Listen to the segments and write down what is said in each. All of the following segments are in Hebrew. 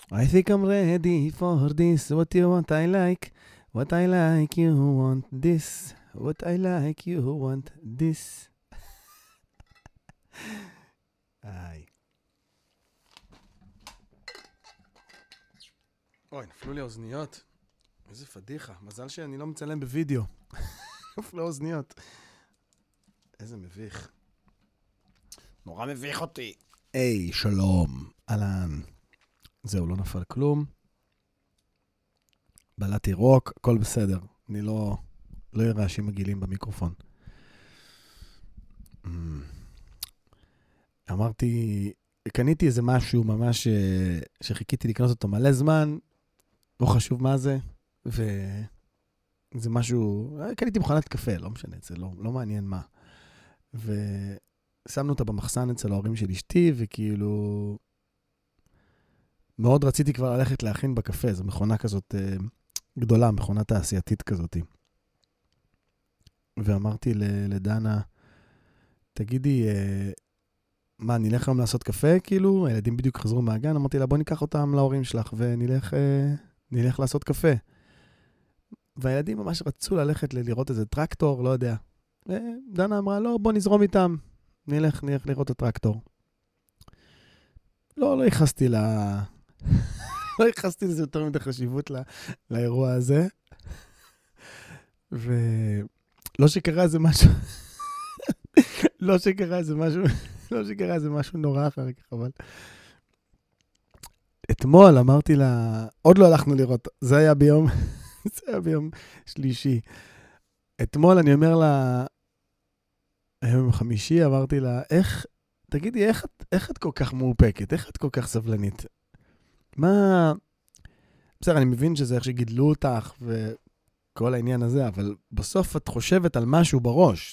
I think I'm ready for this. What you want, I like. What I like, you want this. What I like, you want this. איי. אוי, נפלו לי האוזניות. איזה פדיחה. מזל שאני לא מצלם בווידאו. נפלו האוזניות. איזה מביך. נורא מביך אותי. היי, שלום. אהלן. זהו, לא נפל כלום. בלעתי רוק, הכל בסדר. אני לא יהיה רעשים מגעילים במיקרופון. אמרתי, קניתי איזה משהו ממש שחיכיתי לקנות אותו מלא זמן, לא חשוב מה זה, וזה משהו, קניתי מכונת קפה, לא משנה, זה לא מעניין מה. ושמנו אותה במחסן אצל ההורים של אשתי, וכאילו, מאוד רציתי כבר ללכת להכין בקפה, זו מכונה כזאת גדולה, מכונה תעשייתית כזאת. ואמרתי לדנה, תגידי, מה, נלך היום לעשות קפה? כאילו, הילדים בדיוק חזרו מהגן, אמרתי לה, בוא ניקח אותם להורים שלך, ונלך לעשות קפה. והילדים ממש רצו ללכת לראות איזה טרקטור, לא יודע. ודנה אמרה, לא, בוא נזרום איתם, נלך לראות את הטרקטור. לא ייחסתי לא ייחסתי לזה יותר מדי חשיבות לאירוע הזה. ולא שקרה איזה משהו, לא שקרה איזה משהו נורא אחר כך, אבל אתמול אמרתי לה, עוד לא הלכנו לראות, זה היה ביום שלישי. אתמול אני אומר לה, היום חמישי, אמרתי לה, תגידי, איך את כל כך מאופקת? איך את כל כך סבלנית? מה, בסדר, אני מבין שזה איך שגידלו אותך וכל העניין הזה, אבל בסוף את חושבת על משהו בראש.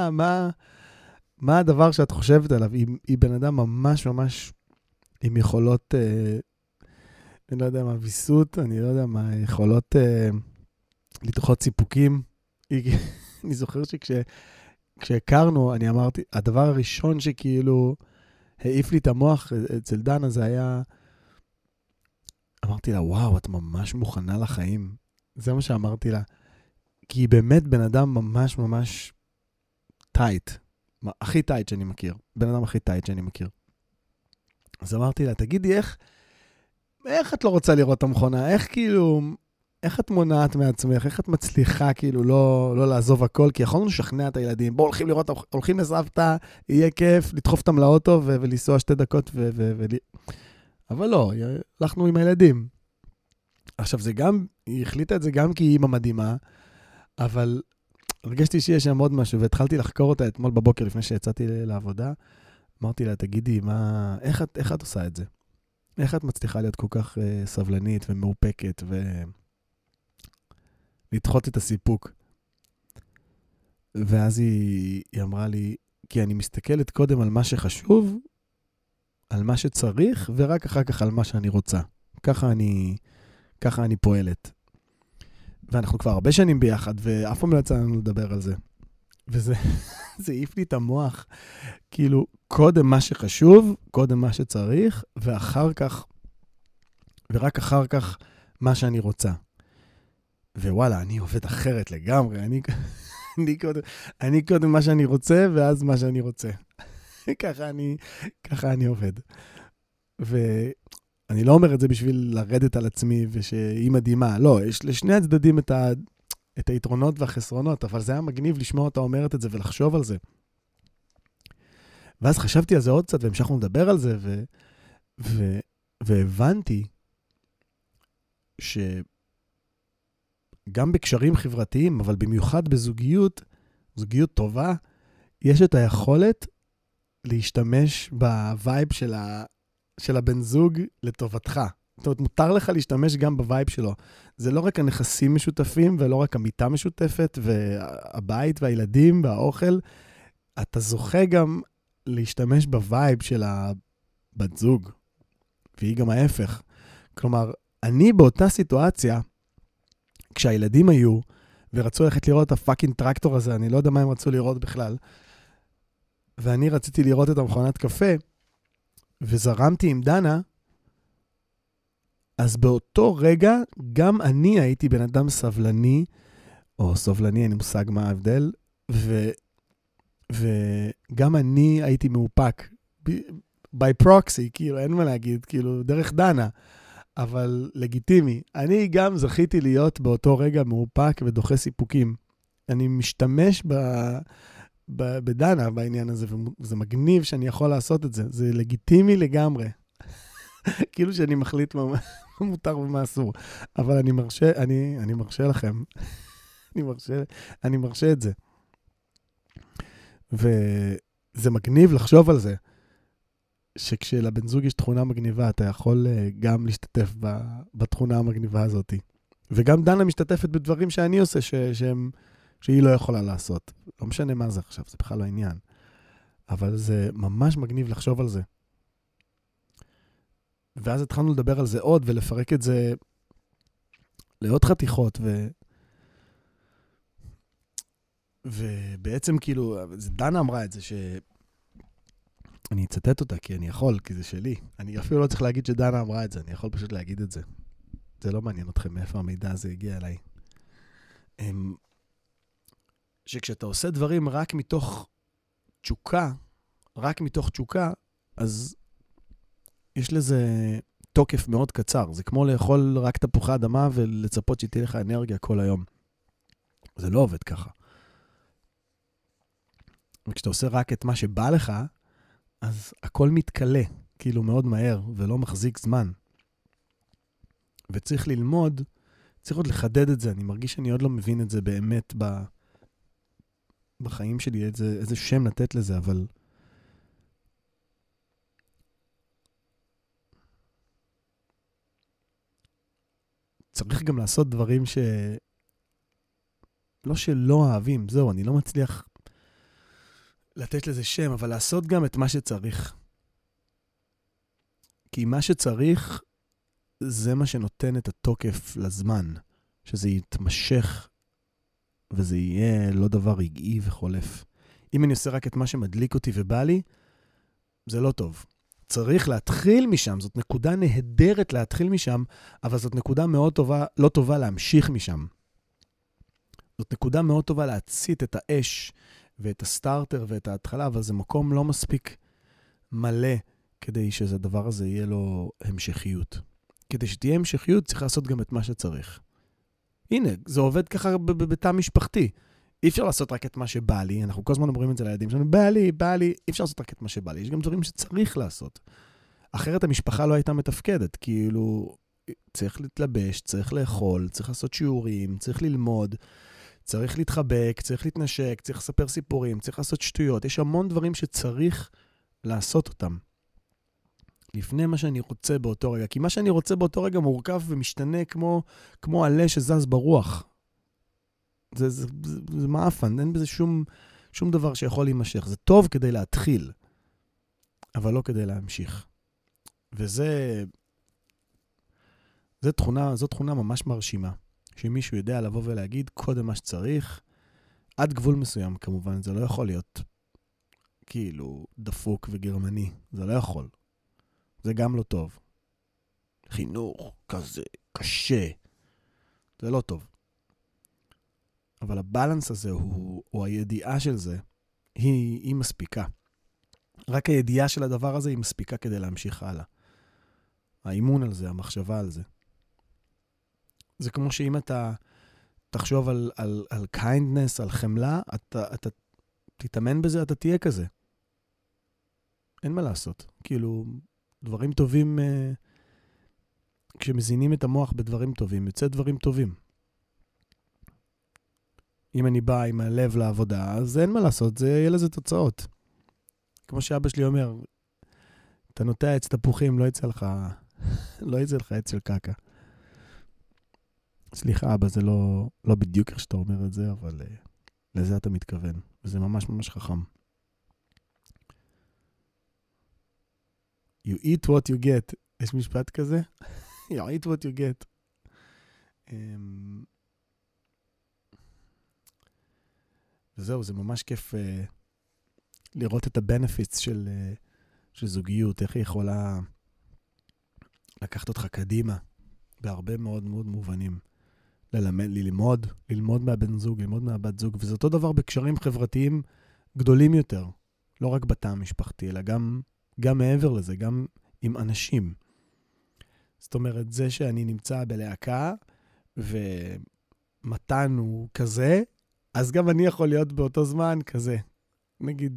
מה הדבר שאת חושבת עליו? היא בן אדם ממש ממש עם יכולות, אני לא יודע מה, ויסות, אני לא יודע מה, יכולות לדחות סיפוקים. אני זוכר כשהכרנו, אני אמרתי, הדבר הראשון שכאילו העיף לי את המוח אצל דנה, זה היה, אמרתי לה, וואו, את ממש מוכנה לחיים. זה מה שאמרתי לה. כי היא באמת בן אדם ממש ממש טייט. הכי טייט שאני מכיר. בן אדם הכי טייט שאני מכיר. אז אמרתי לה, תגידי, איך את לא רוצה לראות את המכונה? איך את מונעת מעצמך? איך את מצליחה כאילו לא לעזוב הכל? כי יכולנו לשכנע את הילדים. בואו, הולכים לסבתא, יהיה כיף, לדחוף אותם לאוטו ולנסוע 2 דקות אבל לא, הלכנו עם הילדים. עכשיו זה גם, היא החליטה את זה גם כי היא אימא מדהימה, אבל הרגשתי שיש שם עוד משהו, והתחלתי לחקור אותה אתמול בבוקר לפני שיצאתי לעבודה. אמרתי לה, תגידי, איך את עושה את זה? איך את מצליחה להיות כל כך סבלנית ומאופקת ולדחות את הסיפוק? ואז היא אמרה לי, כי אני מסתכלת קודם על מה שחשוב, על מה שצריך, ורק אחר כך על מה שאני רוצה. ככה אני פועלת. ואנחנו כבר הרבה שנים ביחד, ואף פעם לא יצא לנו לדבר על זה. וזה העיף לי את המוח. כאילו, קודם מה שחשוב, קודם מה שצריך, ורק אחר כך מה שאני רוצה. ווואלה, אני עובד אחרת לגמרי. אני קודם מה שאני רוצה, ואז מה שאני רוצה. ככה אני עובד. ואני לא אומר את זה בשביל לרדת על עצמי ושהיא מדהימה. לא, יש לשני הצדדים את היתרונות והחסרונות, אבל זה היה מגניב לשמוע אותה אומרת את זה ולחשוב על זה. ואז חשבתי על זה עוד קצת, והמשכנו לדבר על זה, והבנתי שגם בקשרים חברתיים, אבל במיוחד בזוגיות טובה, יש את היכולת להשתמש בווייב של הבן זוג לטובתך. זאת אומרת, מותר לך להשתמש גם בווייב שלו. זה לא רק הנכסים משותפים, ולא רק המיטה משותפת, והבית והילדים והאוכל. אתה זוכה גם להשתמש בווייב של הבת זוג, והיא גם ההפך. כלומר, אני באותה סיטואציה, כשהילדים היו, ורצו ללכת לראות את הפאקינג טרקטור הזה, אני לא יודע מה הם רצו לראות בכלל, ואני רציתי לראות את המכונת קפה, וזרמתי עם דנה, אז באותו רגע, גם אני הייתי בן אדם סבלני, או סובלני, אין לי מושג מה ההבדל, וגם אני הייתי מאופק, by proxy, כאילו, אין מה להגיד, כאילו, דרך דנה, אבל לגיטימי. אני גם זכיתי להיות באותו רגע מאופק ודוחה סיפוקים. אני משתמש בדנה בעניין הזה, וזה מגניב שאני יכול לעשות את זה. זה לגיטימי לגמרי. כאילו שאני מחליט מה מותר ומה אסור. אבל אני מרשה לכם. אני מרשה את זה. וזה מגניב לחשוב על זה, שכשלבן זוג יש תכונה מגניבה, אתה יכול גם להשתתף בתכונה המגניבה הזאת. וגם דנה משתתפת בדברים שאני עושה, שהיא לא יכולה לעשות. לא משנה מה זה עכשיו, זה בכלל לא עניין. אבל זה ממש מגניב לחשוב על זה. ואז התחלנו לדבר על זה עוד, ולפרק את זה לעוד חתיכות, ובעצם כאילו, דנה אמרה את זה, אני אצטט אותה, כי אני יכול, כי זה שלי. אני אפילו לא צריך להגיד שדנה אמרה את זה, אני יכול פשוט להגיד את זה. זה לא מעניין אתכם מאיפה המידע הזה הגיע אליי. שכשאתה עושה דברים רק מתוך תשוקה, אז יש לזה תוקף מאוד קצר. זה כמו לאכול רק תפוחי אדמה ולצפות שתהיה לך אנרגיה כל היום. זה לא עובד ככה. וכשאתה עושה רק את מה שבא לך, אז הכל מתקלה, כאילו מאוד מהר, ולא מחזיק זמן. וצריך ללמוד, צריך עוד לחדד את זה. אני מרגיש שאני עוד לא מבין את זה באמת בחיים שלי, איזה שם לתת לזה, אבל צריך גם לעשות דברים לא שלא אוהבים, זהו, אני לא מצליח לתת לזה שם, אבל לעשות גם את מה שצריך. כי מה שצריך, זה מה שנותן את התוקף לזמן, שזה יתמשך, וזה יהיה לא דבר רגעי וחולף. אם אני עושה רק את מה שמדליק אותי ובא לי, זה לא טוב. צריך להתחיל משם, זאת נקודה נהדרת להתחיל משם, אבל זאת נקודה מאוד טובה, לא טובה להמשיך משם. זאת נקודה מאוד טובה להצית את האש, ואת הסטארטר ואת ההתחלה, אבל זה מקום לא מספיק מלא, כדי שהדבר הזה יהיה לו המשכיות. כדי שתהיה המשכיות, צריך לעשות גם את מה שצריך. הנה, זה עובד ככה בתא משפחתי. אי אפשר לעשות רק את מה שבא לי, אנחנו כל הזמן אומרים את זה לילדים שלנו, בא לי, אי אפשר לעשות רק את מה שבא לי, יש גם דברים שצריך לעשות. אחרת המשפחה לא הייתה מתפקדת, כאילו, צריך להתלבש, צריך לאכול, צריך לעשות שיעורים, צריך ללמוד, צריך להתחבק, צריך להתנשק, צריך לספר סיפורים, צריך לעשות שטויות, יש המון דברים שצריך לעשות אותם. לפני מה שאני רוצה באותו רגע, כי מה שאני רוצה באותו רגע מורכב ומשתנה כמו עלה שזז ברוח. זה מאפן, אין בזה שום דבר שיכול להימשך. זה טוב כדי להתחיל, אבל לא כדי להמשיך. זו תכונה ממש מרשימה, שמישהו יודע לבוא ולהגיד קודם מה שצריך, עד גבול מסוים כמובן, זה לא יכול להיות כאילו דפוק וגרמני, זה לא יכול. זה גם לא טוב. חינוך כזה קשה, זה לא טוב. אבל הבלנס הזה, או הידיעה של זה, היא מספיקה. רק הידיעה של הדבר הזה היא מספיקה כדי להמשיך הלאה. האימון על זה, המחשבה על זה. זה כמו שאם אתה תחשוב על kindness, על חמלה, אתה תתאמן בזה, אתה תהיה כזה. אין מה לעשות. כאילו, דברים טובים, כשמזינים את המוח בדברים טובים, יוצא דברים טובים. אם אני בא עם הלב לעבודה, אז אין מה לעשות, יהיה לזה תוצאות. כמו שאבא שלי אומר, אתה נוטע עץ תפוחים, לא יצא לך עץ של קקה. סליחה, אבא, זה לא בדיוק איך שאתה אומר את זה, אבל לזה אתה מתכוון. וזה ממש ממש חכם. You eat what you get. יש משפט כזה? You eat what you get. וזהו, זה ממש כיף לראות את הבנפיטס של זוגיות, איך היא יכולה לקחת אותך קדימה, בהרבה מאוד מאוד מובנים. ללמוד מהבן זוג, ללמוד מהבת זוג, וזה אותו דבר בקשרים חברתיים גדולים יותר. לא רק בתא המשפחתי, אלא גם מעבר לזה, גם עם אנשים. זאת אומרת, זה שאני נמצא בלהקה, ומתן הוא כזה, אז גם אני יכול להיות באותו זמן כזה. נגיד,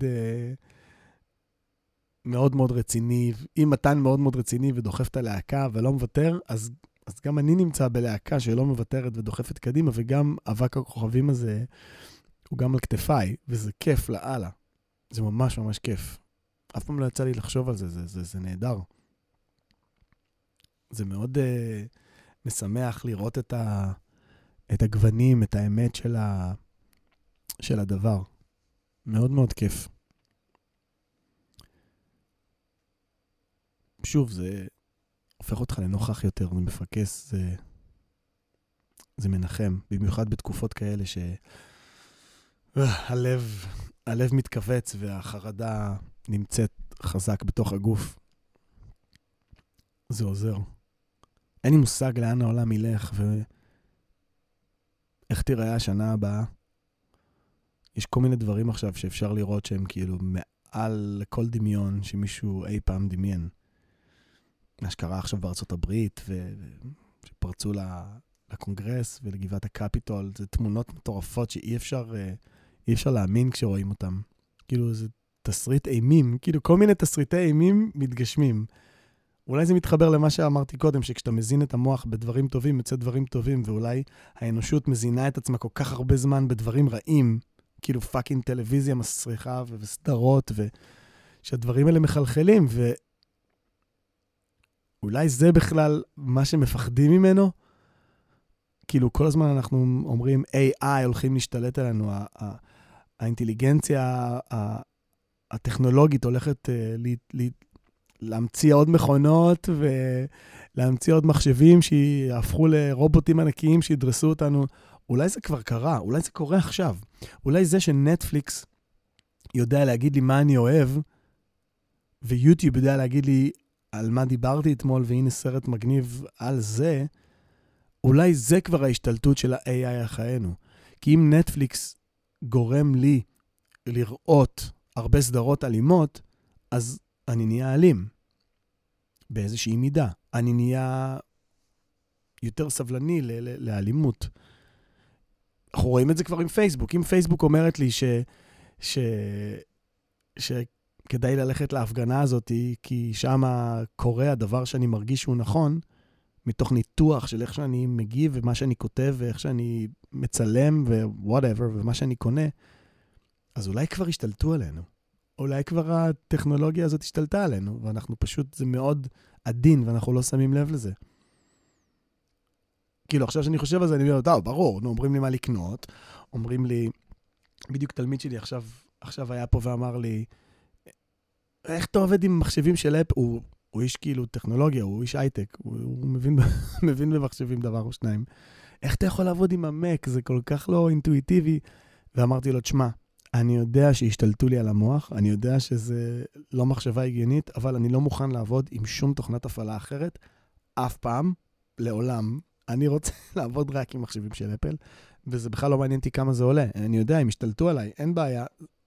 מאוד מאוד רציני. אם מתן מאוד מאוד רציני ודוחף את הלהקה ולא מוותר, אז גם אני נמצא בלהקה שלא מוותרת ודוחפת קדימה, וגם אבק הכוכבים הזה הוא גם על כתפיי, וזה כיף לאללה. זה ממש ממש כיף. אף פעם לא יצא לי לחשוב על זה, זה נהדר. זה מאוד משמח לראות את הגוונים, את האמת של הדבר. מאוד מאוד כיף. שוב, זה הופך אותך לנוכח יותר, זה מפקס, זה מנחם, במיוחד בתקופות כאלה הלב מתכווץ והחרדה נמצאת חזק בתוך הגוף. זה עוזר. אין לי מושג לאן העולם ילך ואיך תיראה השנה הבאה. יש כל מיני דברים עכשיו שאפשר לראות שהם כאילו מעל לכל דמיון שמישהו אי פעם דמיין. מה שקרה עכשיו בארצות הברית, שפרצו לקונגרס ולגבעת הקפיטול, זה תמונות מטורפות שאי אפשר להאמין כשרואים אותם. כאילו זה תסריט אימים, כאילו כל מיני תסריטי אימים מתגשמים. אולי זה מתחבר למה שאמרתי קודם, שכשאתה מזין את המוח בדברים טובים, יוצא דברים טובים, ואולי האנושות מזינה את עצמה כל כך הרבה זמן בדברים רעים, כאילו פאקינג טלוויזיה מסריחה וסדרות, ושהדברים האלה מחלחלים, אולי זה בכלל מה שמפחדים ממנו? כאילו כל הזמן אנחנו אומרים AI הולכים להשתלט עלינו, האינטליגנציה הטכנולוגית הולכת להמציא עוד מכונות ולהמציא עוד מחשבים שיהפכו לרובוטים ענקיים שידרסו אותנו. אולי זה כבר קרה, אולי זה קורה עכשיו. אולי זה שנטפליקס יודע להגיד לי מה אני אוהב, ויוטיוב יודע להגיד לי על מה דיברתי אתמול, והנה סרט מגניב על זה, אולי זה כבר ההשתלטות של ה-AI על חיינו. כי אם נטפליקס גורם לי לראות הרבה סדרות אלימות, אז אני נהיה אלים. באיזושהי מידה. אני נהיה יותר סבלני לאלימות. אנחנו רואים את זה כבר עם פייסבוק. אם פייסבוק אומרת לי שכדאי ללכת להפגנה הזאת, כי שם קורה הדבר שאני מרגיש שהוא נכון, מתוך ניתוח של איך שאני מגיב ומה שאני כותב ואיך שאני מצלם ו-whatever ומה שאני קונה, אז אולי כבר השתלטו עלינו. אולי כבר הטכנולוגיה הזאת השתלטה עלינו, ואנחנו פשוט, זה מאוד עדין ואנחנו לא שמים לב לזה. כאילו, עכשיו שאני חושב על זה, אני אומר, טוב, ברור, אומרים לי מה לקנות, אומרים לי, בדיוק תלמיד שלי עכשיו היה פה ואמר לי, איך אתה עובד עם מחשבים של אפ? הוא איש כאילו טכנולוגיה, הוא איש הייטק, הוא מבין במחשבים דבר או שניים. איך אתה יכול לעבוד עם המק? זה כל כך לא אינטואיטיבי. ואמרתי לו, תשמע, אני יודע שהשתלטו לי על המוח, אני יודע שזה לא מחשבה הגיונית, אבל אני לא מוכן לעבוד עם שום תוכנת הפעלה אחרת, אף פעם, לעולם. אני רוצה לעבוד רק עם מחשבים של אפל, וזה בכלל לא מעניין אותי כמה זה עולה. אני יודע, הם השתלטו עליי, אין בעיה.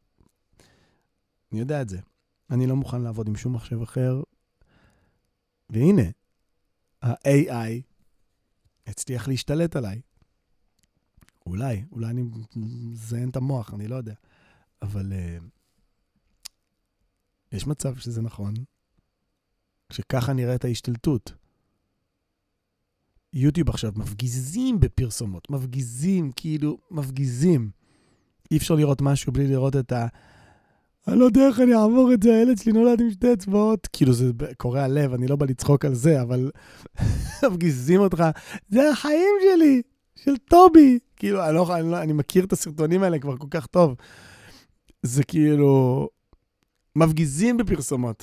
אני יודע את זה. אני לא מוכן לעבוד עם שום מחשב אחר. והנה, ה-AI הצליח להשתלט עליי. אולי אני מזיין את המוח, אני לא יודע. אבל יש מצב שזה נכון, שככה נראה את ההשתלטות. יוטיוב עכשיו מפגיזים בפרסומות, מפגיזים. אי אפשר לראות משהו בלי לראות את אני לא יודע איך אני אעבור את זה, הילד שלי נולד עם שתי אצבעות. כאילו זה קורא הלב, אני לא בא לצחוק על זה, אבל מפגיזים אותך, זה החיים שלי, של טובי. כאילו, אני מכיר את הסרטונים האלה כבר כל כך טוב. זה כאילו, מפגיזים בפרסומות.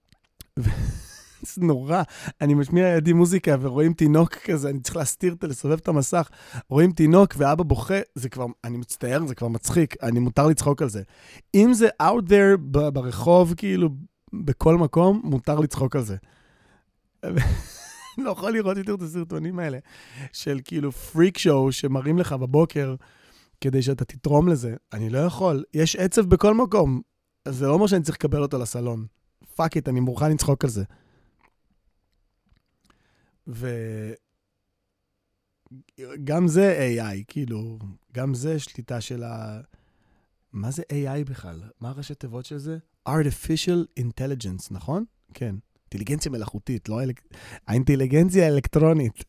זה נורא. אני משמיע ידי מוזיקה ורואים תינוק כזה, אני צריך לסובב את המסך, רואים תינוק ואבא בוכה, זה כבר, אני מצטער, זה כבר מצחיק, אני מותר לצחוק על זה. אם זה out there ברחוב, כאילו, בכל מקום, מותר לצחוק על זה. לא יכול לראות יותר את הסרטונים האלה, של כאילו פריק שואו שמראים לך בבוקר, כדי שאתה תתרום לזה. אני לא יכול. יש עצב בכל מקום. אז זה לא אומר שאני צריך לקבל אותו לסלון. פאק איט, אני מוכן לצחוק על זה. וגם זה AI, כאילו, גם זה שליטה של מה זה AI בכלל? מה הראשי תיבות של זה? Artificial Intelligence, נכון? כן. אינטליגנציה מלאכותית, לא האינטליגנציה האלקטרונית.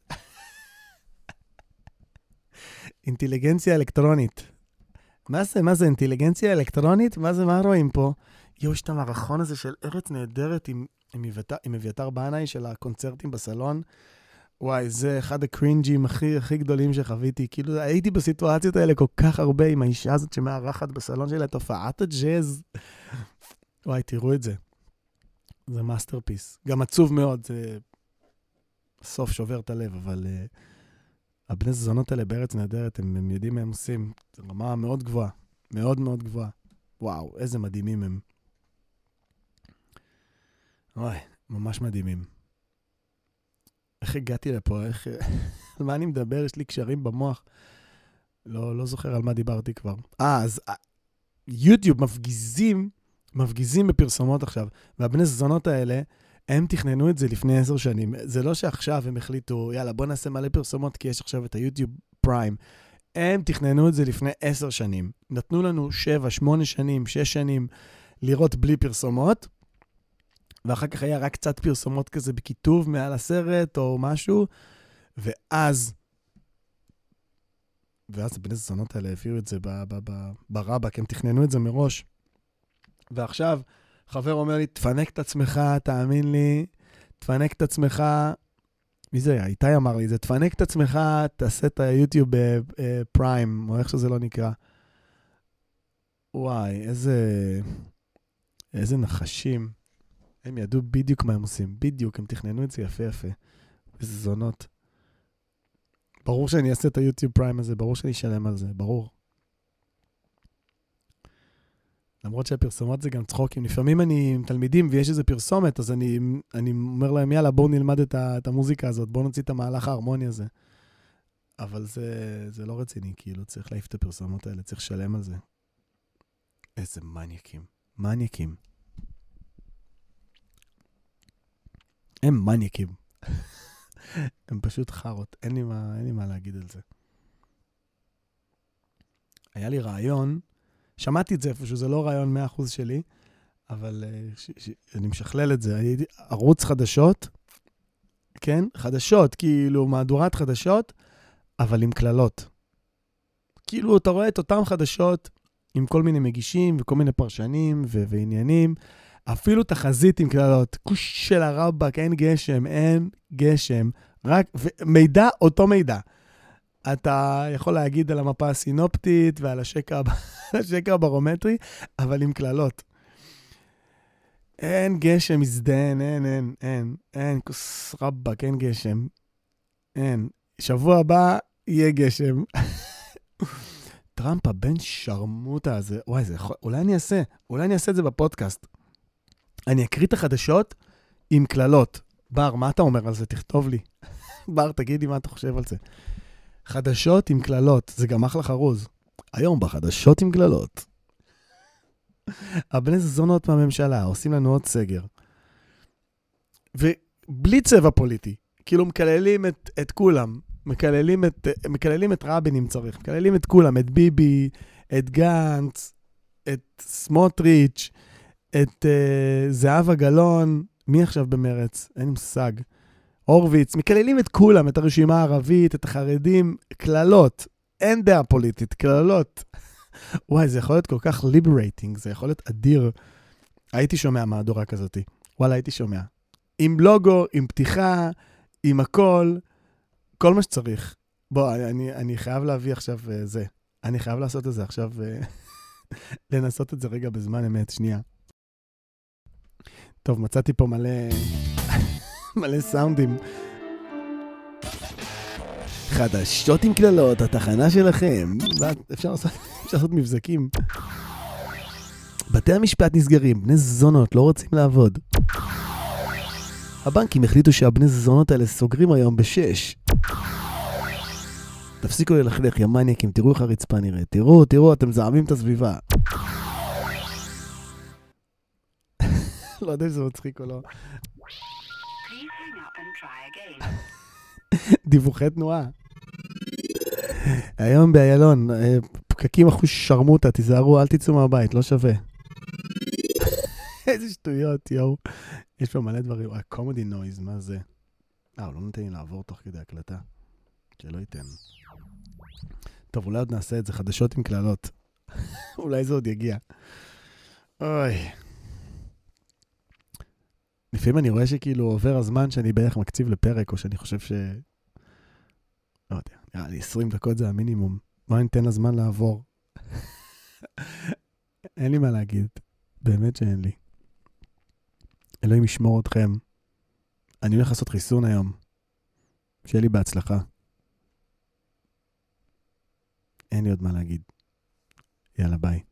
אינטליגנציה אלקטרונית. מה זה אינטליגנציה אלקטרונית? מה רואים פה? יש את המערכון הזה של ארץ נהדרת עם אביתר בנאי של הקונצרטים בסלון. וואי, זה אחד הקרינג'ים הכי גדולים שחוויתי. כאילו, הייתי בסיטואציות האלה כל כך הרבה עם האישה הזאת שמארחת בסלון שלה, תופעת הג'אז. וואי, תראו את זה. זה מאסטרפיס. גם עצוב מאוד, זה סוף שובר את הלב, אבל הבני זונות האלה בארץ נהדרת, הם יודעים מה הם עושים. זו רמה מאוד גבוהה, מאוד מאוד גבוהה. וואו, איזה מדהימים הם. וואי, ממש מדהימים. איך הגעתי לפה? על מה אני מדבר? יש לי קשרים במוח. לא זוכר על מה דיברתי כבר. אז יוטיוב מפגיזים בפרסומות עכשיו, והבני זונות האלה, הם תכננו את זה לפני 10 שנים. זה לא שעכשיו הם החליטו, יאללה, בוא נעשה מלא פרסומות, כי יש עכשיו את היוטיוב פריים. הם תכננו את זה לפני 10 שנים. נתנו לנו 7, 8 שנים, 6 שנים לראות בלי פרסומות, ואחר כך היה רק קצת פרסומות כזה בכיתוב מעל הסרט או משהו, ואז הבני זונות האלה הביאו את זה ברבק, הם תכננו את זה מראש. ועכשיו, חבר אומר לי, תפנק את עצמך, תאמין לי, תפנק את עצמך, מי זה היה? איתי אמר לי, זה תפנק את עצמך, תעשה את היוטיוב בפריים, או איך שזה לא נקרא. וואי, איזה נחשים. הם ידעו בדיוק מה הם עושים, בדיוק, הם תכננו את זה יפה יפה. איזה זונות. ברור שאני אעשה את היוטיוב פריים הזה, ברור שאני אשלם על זה, ברור. למרות שהפרסומות זה גם צחוקים. לפעמים אני עם תלמידים ויש איזה פרסומת, אז אני אומר להם, יאללה, בואו נלמד את המוזיקה הזאת, בואו נוציא את המהלך ההרמוני הזה. אבל זה לא רציני, כאילו צריך להעיף את הפרסומות האלה, צריך לשלם על זה. איזה מניאקים. מניאקים. הם מניאקים. הם פשוט חרות. אין לי מה להגיד על זה. היה לי רעיון, שמעתי את זה איפשהו, זה לא רעיון 100% שלי, אבל אני משכלל את זה. הייתי ערוץ חדשות, כן? חדשות, כאילו מהדורת חדשות, אבל עם כללות. כאילו אתה רואה את אותם חדשות, עם כל מיני מגישים וכל מיני פרשנים ועניינים, אפילו תחזית עם כללות. כוש של הרבק, אין גשם, רק מידע, אותו מידע. אתה יכול להגיד על המפה הסינופטית ועל השקע הברומטרי, אבל עם כללות. אין גשם, מזדן, אין, כוס רבק, אין גשם. אין. שבוע הבא יהיה גשם. טראמפ הבן שרמוטה הזה, וואי, אולי אני אעשה את זה בפודקאסט. אני אקריא את החדשות עם כללות. בר, מה אתה אומר על זה? תכתוב לי. בר, תגיד לי מה אתה חושב על זה. חדשות עם כללות, זה גם אחלה חרוז. היום בחדשות עם כללות. הבני זונות מהממשלה, עושים לנו עוד סגר. ובלי צבע פוליטי. כאילו מקללים את כולם. מקללים את רבין אם צריך. מקללים את כולם, את ביבי, את גנץ, את סמוטריץ', את זהבה גלאון. מי עכשיו במרץ? אין לי מושג. אורוויץ, מקללים את כולם, את הרשימה הערבית, את החרדים, כללות. אין דעה פוליטית, כללות. וואי, זה יכול להיות כל כך liberating, זה יכול להיות אדיר. הייתי שומע מהדורה כזאת. וואלה, הייתי שומע. עם לוגו, עם פתיחה, עם הכל, כל מה שצריך. בוא, אני חייב להביא עכשיו זה. אני חייב לעשות את זה עכשיו, לנסות את זה רגע בזמן אמת, שנייה. טוב, מצאתי פה מלא סאונדים. חדשות עם כללות, התחנה שלכם. אפשר לעשות מבזקים. בתי המשפט נסגרים, בני זונות לא רוצים לעבוד. הבנקים החליטו שהבני זונות האלה סוגרים היום ב-6. תפסיקו ללכלך, יא מניאקים, תראו איך הרצפה נראית. תראו, אתם זעמים את הסביבה. לא יודע אם זה מצחיק או לא. דיווחי תנועה. היום באיילון, פקקים אחוז שרמוטה, תיזהרו, אל תצאו מהבית, לא שווה. איזה שטויות, יואו. יש פה מלא דברים. קומדי נויז, מה זה? הוא לא נותן לי לעבור תוך כדי הקלטה. שלא ייתן. טוב, אולי עוד נעשה את זה, חדשות עם כללות. אולי זה עוד יגיע. אוי. לפעמים אני רואה שכאילו עובר הזמן שאני בערך מקציב לפרק, או שאני חושב לא יודע, נראה לי 20 דקות זה המינימום. מה ניתן לזמן לעבור? אין לי מה להגיד. באמת שאין לי. אלוהים ישמור אתכם. אני הולך לעשות חיסון היום. שיהיה לי בהצלחה. אין לי עוד מה להגיד. יאללה, ביי.